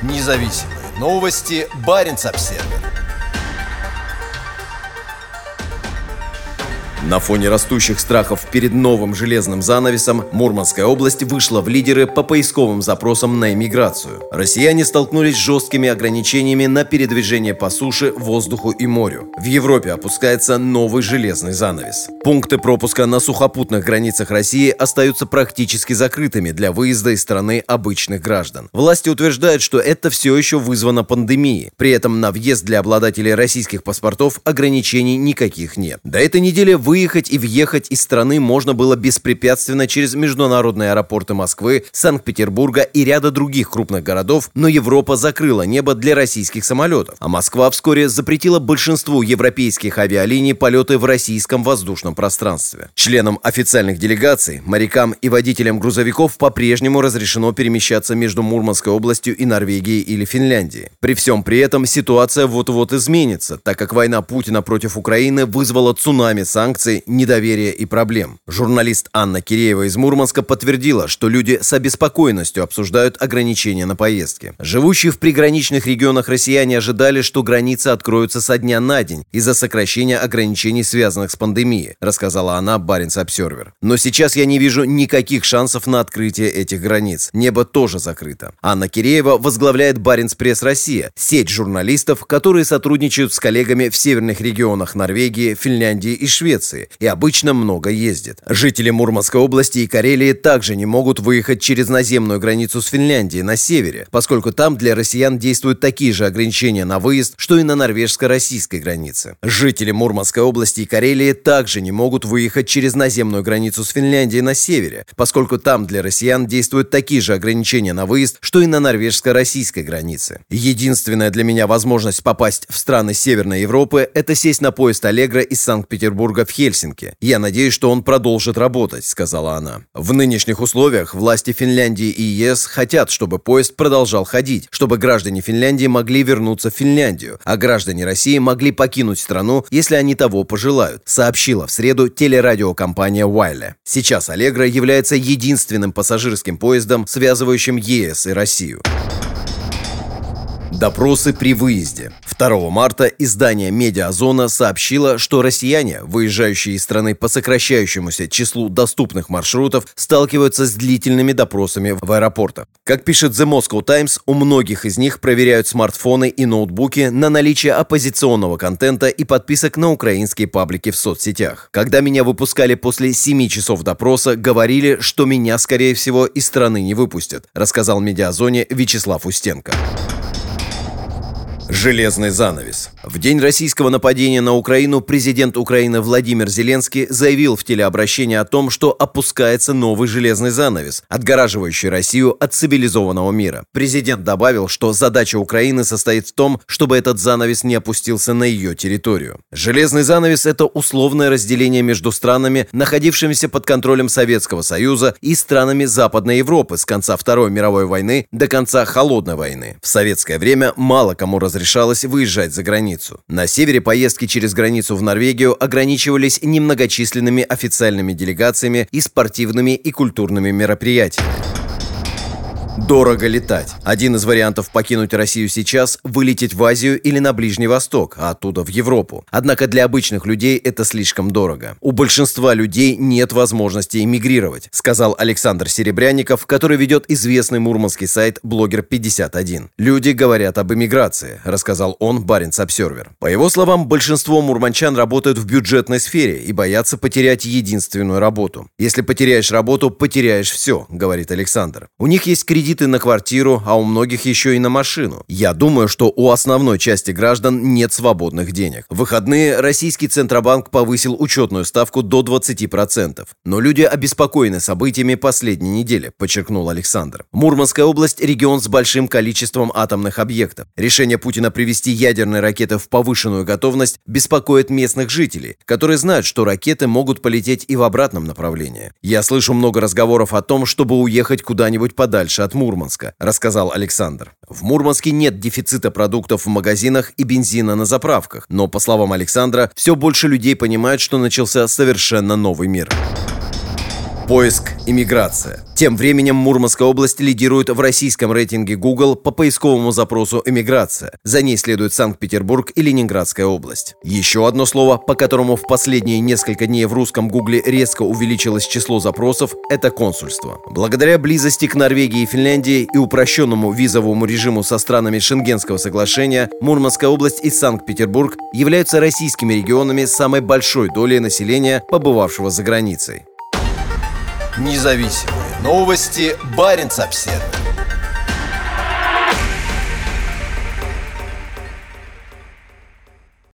Независимые новости. Баренц-Обсервер. На фоне растущих страхов перед новым железным занавесом Мурманская область вышла в лидеры по поисковым запросам на иммиграцию. Россияне столкнулись с жесткими ограничениями на передвижение по суше, воздуху и морю. В Европе опускается новый железный занавес. Пункты пропуска на сухопутных границах России остаются практически закрытыми для выезда из страны обычных граждан. Власти утверждают, что это все еще вызвано пандемией. При этом на въезд для обладателей российских паспортов ограничений никаких нет. До этой недели выехать и въехать из страны можно было беспрепятственно через международные аэропорты Москвы, Санкт-Петербурга и ряда других крупных городов, но Европа закрыла небо для российских самолетов, а Москва вскоре запретила большинству европейских авиалиний полеты в российском воздушном пространстве. Членам официальных делегаций, морякам и водителям грузовиков по-прежнему разрешено перемещаться между Мурманской областью и Норвегией или Финляндией. При всем при этом ситуация вот-вот изменится, так как война Путина против Украины вызвала цунами санкций, недоверия и проблем. Журналист Анна Киреева из Мурманска подтвердила, что люди с обеспокоенностью обсуждают ограничения на поездки. Живущие в приграничных регионах россияне ожидали, что границы откроются со дня на день из-за сокращения ограничений, связанных с пандемией, рассказала она Баренц-Обсервер. Но сейчас я не вижу никаких шансов на открытие этих границ. Небо тоже закрыто. Анна Киреева возглавляет Баренц-Пресс Россия, сеть журналистов, которые сотрудничают с коллегами в северных регионах Норвегии, Финляндии и Швеции и обычно много ездит. Жители Мурманской области и Карелии также не могут выехать через наземную границу с Финляндией на севере, поскольку там для россиян действуют такие же ограничения на выезд, что и на норвежско-российской границе. Жители Мурманской области и Карелии также не могут выехать через наземную границу с Финляндией на севере, поскольку там для россиян действуют такие же ограничения на выезд, что и на норвежско-российской границе. Единственная для меня возможность попасть в страны Северной Европы – это сесть на поезд Аллегро из Санкт-Петербурга в Хельсинки. Я надеюсь, что он продолжит работать, сказала она. В нынешних условиях власти Финляндии и ЕС хотят, чтобы поезд продолжал ходить, чтобы граждане Финляндии могли вернуться в Финляндию, а граждане России могли покинуть страну, если они того пожелают, сообщила в среду телерадиокомпания Вайле. Сейчас Аллегро является единственным пассажирским поездом, связывающим ЕС и Россию. Допросы при выезде. 2 марта издание «Медиазона» сообщило, что россияне, выезжающие из страны по сокращающемуся числу доступных маршрутов, сталкиваются с длительными допросами в аэропортах. Как пишет The Moscow Times, у многих из них проверяют смартфоны и ноутбуки на наличие оппозиционного контента и подписок на украинские паблики в соцсетях. Когда меня выпускали после 7 часов допроса, говорили, что меня, скорее всего, из страны не выпустят, рассказал «Медиазоне» Вячеслав Устенко. Железный занавес. В день российского нападения на Украину президент Украины Владимир Зеленский заявил в телеобращении о том, что опускается новый железный занавес, отгораживающий Россию от цивилизованного мира. Президент добавил, что задача Украины состоит в том, чтобы этот занавес не опустился на ее территорию. Железный занавес – это условное разделение между странами, находившимися под контролем Советского Союза, и странами Западной Европы с конца Второй мировой войны до конца Холодной войны. В советское время мало кому разрешалось выезжать за границу. На севере поездки через границу в Норвегию ограничивались немногочисленными официальными делегациями и спортивными и культурными мероприятиями. Дорого летать. Один из вариантов покинуть Россию сейчас – вылететь в Азию или на Ближний Восток, а оттуда в Европу. Однако для обычных людей это слишком дорого. У большинства людей нет возможности эмигрировать, сказал Александр Серебрянников, который ведет известный мурманский сайт «Блогер 51». Люди говорят об эмиграции, рассказал он Баренц-Обсервер. По его словам, большинство мурманчан работают в бюджетной сфере и боятся потерять единственную работу. Если потеряешь работу, потеряешь все, говорит Александр. У них есть кредиты на квартиру, а у многих еще и на машину. Я думаю, что у основной части граждан нет свободных денег. В выходные российский Центробанк повысил учетную ставку до 20%. Но люди обеспокоены событиями последней недели, подчеркнул Александр. Мурманская область – регион с большим количеством атомных объектов. Решение Путина привести ядерные ракеты в повышенную готовность беспокоит местных жителей, которые знают, что ракеты могут полететь и в обратном направлении. Я слышу много разговоров о том, чтобы уехать куда-нибудь подальше от Мурманска, рассказал Александр. В Мурманске нет дефицита продуктов в магазинах и бензина на заправках, но, по словам Александра, все больше людей понимают, что начался совершенно новый мир. Поиск и миграция. Тем временем Мурманская область лидирует в российском рейтинге Google по поисковому запросу «Эмиграция». За ней следуют Санкт-Петербург и Ленинградская область. Еще одно слово, по которому в последние несколько дней в русском Гугле резко увеличилось число запросов – это консульство. Благодаря близости к Норвегии и Финляндии и упрощенному визовому режиму со странами Шенгенского соглашения, Мурманская область и Санкт-Петербург являются российскими регионами с самой большой долей населения, побывавшего за границей. Независимые новости. Баренц-Обседный.